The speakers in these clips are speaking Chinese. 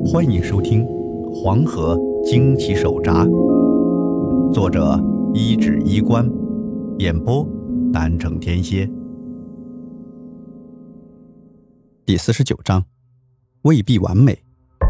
欢迎收听《黄河惊奇手札》，作者一指衣冠，演播南城天蝎。第49章，未必完美。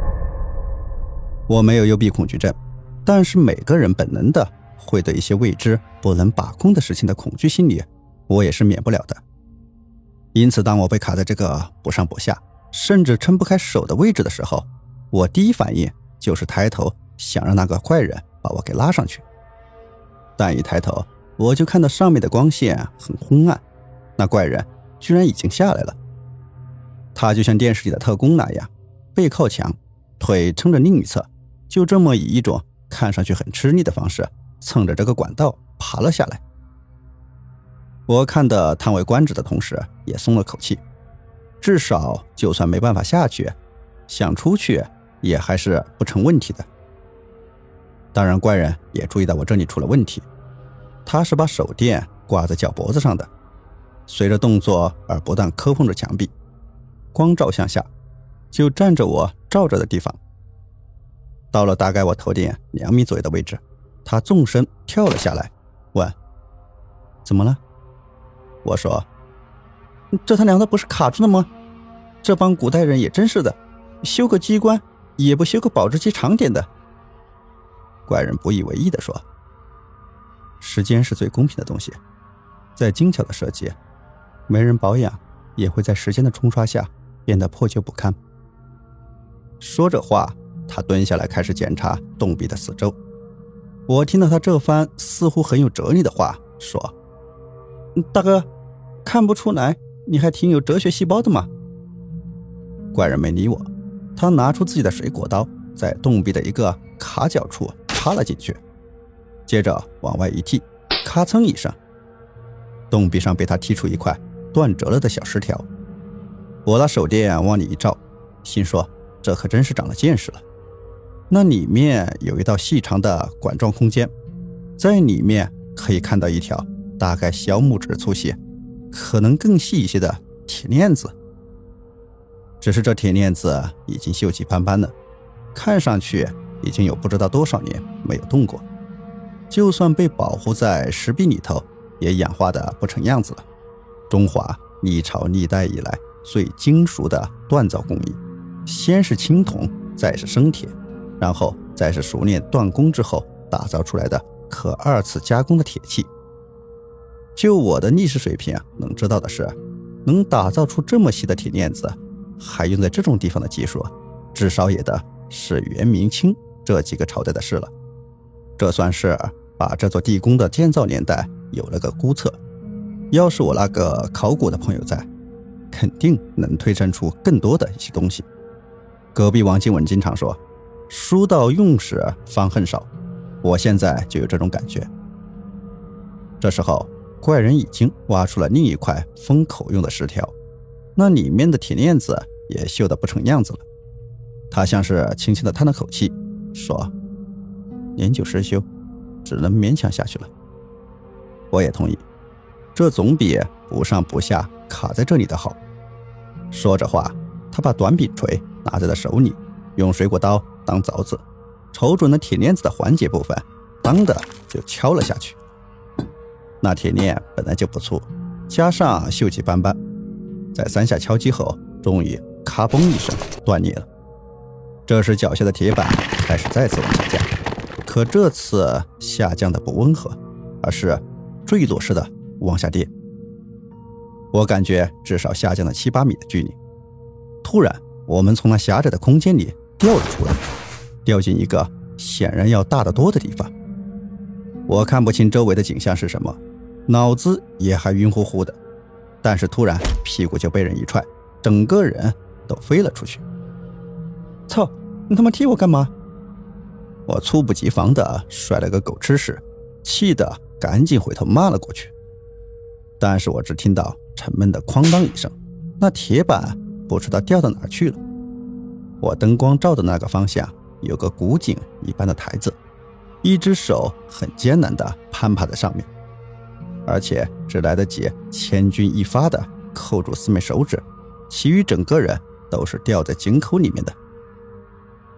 我没有幽闭恐惧症，但是每个人本能的会对一些未知不能把控的事情的恐惧心理，我也是免不了的。因此当我被卡在这个不上不下甚至撑不开手的位置的时候，我第一反应就是抬头想让那个怪人把我给拉上去。但一抬头我就看到上面的光线很昏暗，那怪人居然已经下来了。他就像电视里的特工那样，背靠墙，腿撑着另一侧，就这么以一种看上去很吃力的方式蹭着这个管道爬了下来。我看得叹为观止的同时也松了口气，至少就算没办法下去，想出去也还是不成问题的。当然怪人也注意到我这里出了问题，他是把手电挂在脚脖子上的，随着动作而不断磕碰着墙壁，光照向下就站着我照着的地方。到了大概我头顶2米左右的位置，他纵身跳了下来，问：怎么了？我说：这他娘的不是卡住了吗？这帮古代人也真是的，修个机关也不修个保质期长点的。怪人不以为意地说：时间是最公平的东西，再精巧的设计，没人保养也会在时间的冲刷下变得破旧不堪。说着话，他蹲下来开始检查洞壁的四周。我听到他这番似乎很有哲理的话，说：大哥，看不出来你还挺有哲学细胞的嘛。怪人没理我，他拿出自己的水果刀，在洞壁的一个卡角处插了进去，接着往外一踢，咔嚓一声，洞壁上被他踢出一块断折了的小石条。我拿手电往里一照，心说这可真是长了见识了。那里面有一道细长的管状空间，在里面可以看到一条大概小拇指粗细，可能更细一些的铁链子。只是这铁链子已经锈迹斑斑了，看上去已经有不知道多少年没有动过，就算被保护在石壁里头也氧化的不成样子了。中华历朝历代以来最精熟的锻造工艺，先是青铜，再是生铁，然后再是熟练锻工之后打造出来的可2次加工的铁器。就我的历史水平能知道的是，能打造出这么细的铁链子还用在这种地方的技术，至少也得是元明清这几个朝代的事了。这算是把这座地宫的建造年代有了个估测。要是我那个考古的朋友在，肯定能推陈出更多的一些东西。隔壁王金文经常说，书到用时方恨少，我现在就有这种感觉。这时候怪人已经挖出了另一块封口用的石条，那里面的铁链子也锈得不成样子了。他像是轻轻地叹了口气，说：年久失修，只能勉强下去了。我也同意，这总比不上不下卡在这里的好。说着话，他把短柄锤拿在了手里，用水果刀当凿子，瞅准了铁链子的环节部分，当的就敲了下去。那铁链本来就不粗，加上锈迹斑斑，在3下敲击后，终于咔嘣一声断裂了。这时脚下的铁板开始再次往下降，可这次下降的不温和，而是坠落式的往下跌。我感觉至少下降了7、8米的距离。突然我们从那狭窄的空间里掉了出来，掉进一个显然要大得多的地方。我看不清周围的景象是什么，脑子也还晕乎乎的，但是突然屁股就被人一踹，整个人都飞了出去。操，你他妈踢我干嘛？我猝不及防地甩了个狗吃屎，气得赶紧回头骂了过去。但是我只听到沉闷的哐当一声，那铁板不知道掉到哪儿去了。我灯光照的那个方向有个古井一般的台子，一只手很艰难地攀爬在上面，而且只来得及千钧一发地扣住4枚手指，其余整个人都是掉在井口里面的。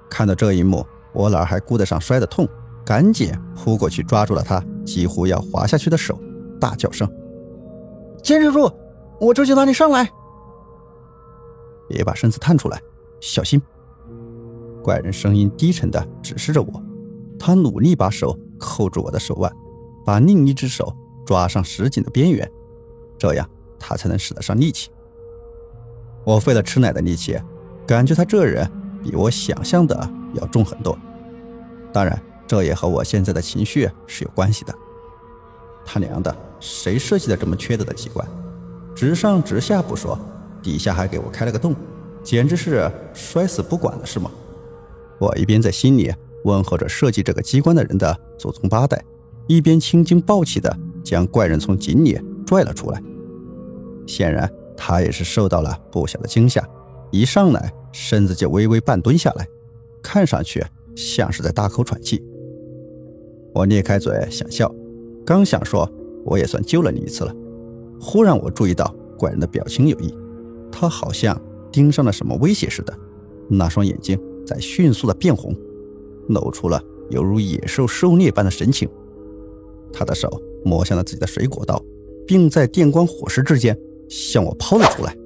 看到这一幕，我哪还顾得上摔得痛，赶紧扑过去抓住了他几乎要滑下去的手，大叫声：坚持住，我这就拉你上来。别把身子探出来，小心。怪人声音低沉地指示着我，他努力把手扣住我的手腕，把另一只手抓上石井的边缘，这样他才能使得上力气。我费了吃奶的力气，感觉他这人比我想象的要重很多。当然，这也和我现在的情绪是有关系的。他娘的，谁设计的这么缺德的机关？直上直下不说，底下还给我开了个洞，简直是摔死不管了是吗？我一边在心里问候着设计这个机关的人的祖宗八代，一边青筋暴起的将怪人从井里拽了出来。显然他也是受到了不小的惊吓，一上来身子就微微半蹲下来，看上去像是在大口喘气。我咧开嘴想笑，刚想说我也算救了你一次了，忽然我注意到怪人的表情有异，他好像盯上了什么威胁似的，那双眼睛在迅速的变红，露出了犹如野兽狩猎般的神情。他的手摸向了自己的水果刀，并在电光火石之间向我抛了出来。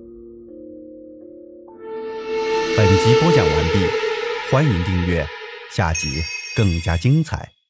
本集播讲完毕，欢迎订阅，下集更加精彩。